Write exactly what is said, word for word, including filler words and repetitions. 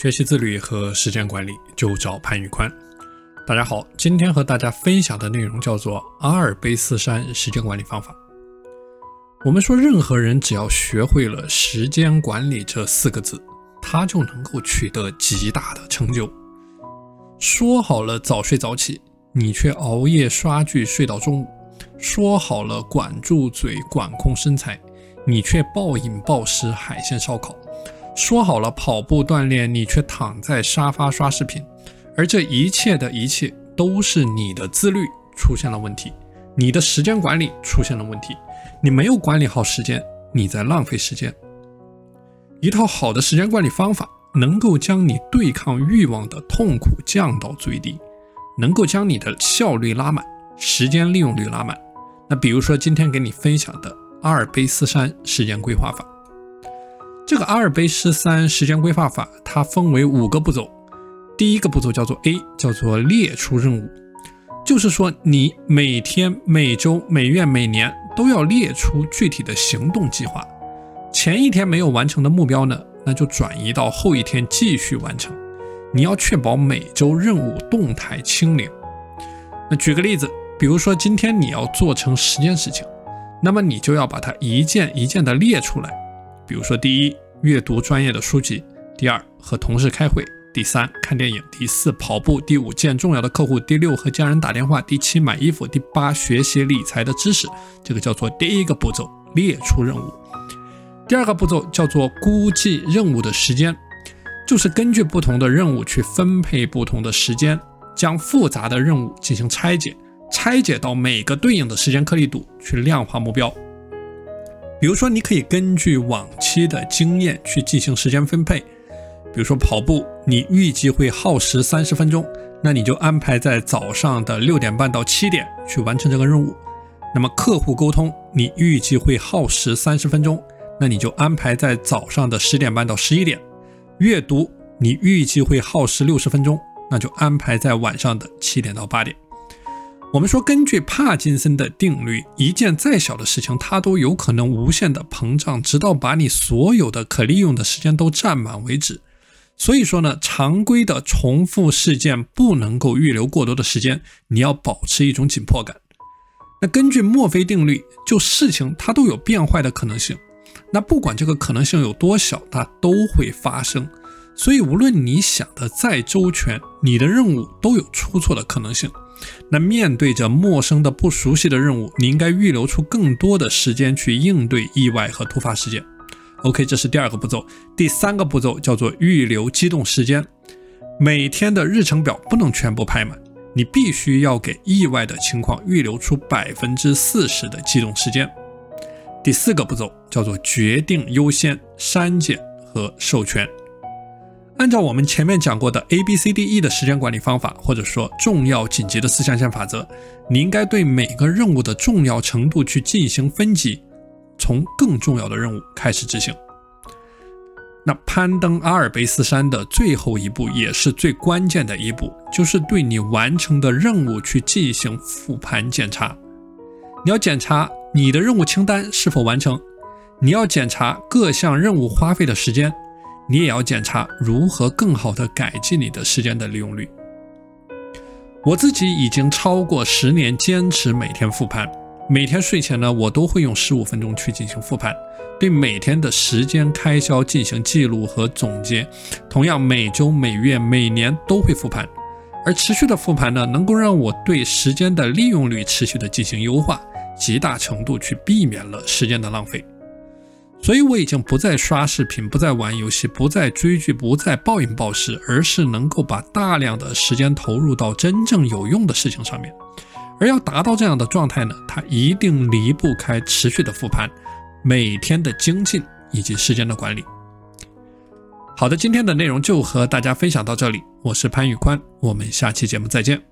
学习自律和时间管理就找潘宇宽。大家好，今天和大家分享的内容叫做阿尔卑斯山时间管理方法。我们说任何人只要学会了时间管理这四个字，他就能够取得极大的成就。说好了早睡早起，你却熬夜刷剧睡到中午；说好了管住嘴管控身材，你却暴饮暴食海鲜烧烤；说好了跑步锻炼，你却躺在沙发刷视频。而这一切的一切都是你的自律出现了问题，你的时间管理出现了问题，你没有管理好时间，你在浪费时间。一套好的时间管理方法能够将你对抗欲望的痛苦降到最低，能够将你的效率拉满，时间利用率拉满。那比如说今天给你分享的阿尔卑斯山时间规划法。这个阿尔卑斯山时间规划法它分为五个步骤。第一个步骤叫做 A， 叫做列出任务，就是说你每天、每周、每月、每年都要列出具体的行动计划。前一天没有完成的目标呢，那就转移到后一天继续完成。你要确保每周任务动态清零。那举个例子，比如说今天你要做成十件事情，那么你就要把它一件一件的列出来。比如说第一，阅读专业的书籍；第二，和同事开会；第三，看电影；第四，跑步；第五，见重要的客户；第六，和家人打电话；第七，买衣服；第八，学习理财的知识。这个叫做第一个步骤，列出任务。第二个步骤叫做估计任务的时间，就是根据不同的任务去分配不同的时间，将复杂的任务进行拆解，拆解到每个对应的时间颗粒度去量化目标。比如说你可以根据往期的经验去进行时间分配。比如说跑步，你预计会耗时三十分钟，那你就安排在早上的六点半到七点去完成这个任务。那么客户沟通，你预计会耗时三十分钟，那你就安排在早上的十点半到十一点。阅读，你预计会耗时六十分钟，那就安排在晚上的七点到八点。我们说根据帕金森的定律，一件再小的事情它都有可能无限的膨胀，直到把你所有的可利用的时间都占满为止。所以说呢，常规的重复事件不能够预留过多的时间，你要保持一种紧迫感。那根据墨菲定律，就事情它都有变坏的可能性，那不管这个可能性有多小，它都会发生。所以无论你想的再周全，你的任务都有出错的可能性。那面对着陌生的不熟悉的任务，你应该预留出更多的时间去应对意外和突发事件。OK， 这是第二个步骤。第三个步骤叫做预留机动时间。每天的日程表不能全部排满，你必须要给意外的情况预留出 百分之四十 的机动时间。第四个步骤叫做决定优先、删减和授权。按照我们前面讲过的 A B C D E 的时间管理方法，或者说重要紧急的四象限法则，你应该对每个任务的重要程度去进行分级，从更重要的任务开始执行。那攀登阿尔卑斯山的最后一步，也是最关键的一步，就是对你完成的任务去进行复盘检查。你要检查你的任务清单是否完成，你要检查各项任务花费的时间，你也要检查如何更好地改进你的时间的利用率。我自己已经超过十年坚持每天复盘，每天睡前呢，我都会用十五分钟去进行复盘，对每天的时间开销进行记录和总结。同样每周、每月、每年都会复盘，而持续的复盘呢，能够让我对时间的利用率持续的进行优化，极大程度去避免了时间的浪费。所以我已经不再刷视频，不再玩游戏，不再追剧，不再暴饮暴食，而是能够把大量的时间投入到真正有用的事情上面。而要达到这样的状态呢，它一定离不开持续的复盘、每天的精进以及时间的管理。好的，今天的内容就和大家分享到这里，我是潘宇宽，我们下期节目再见。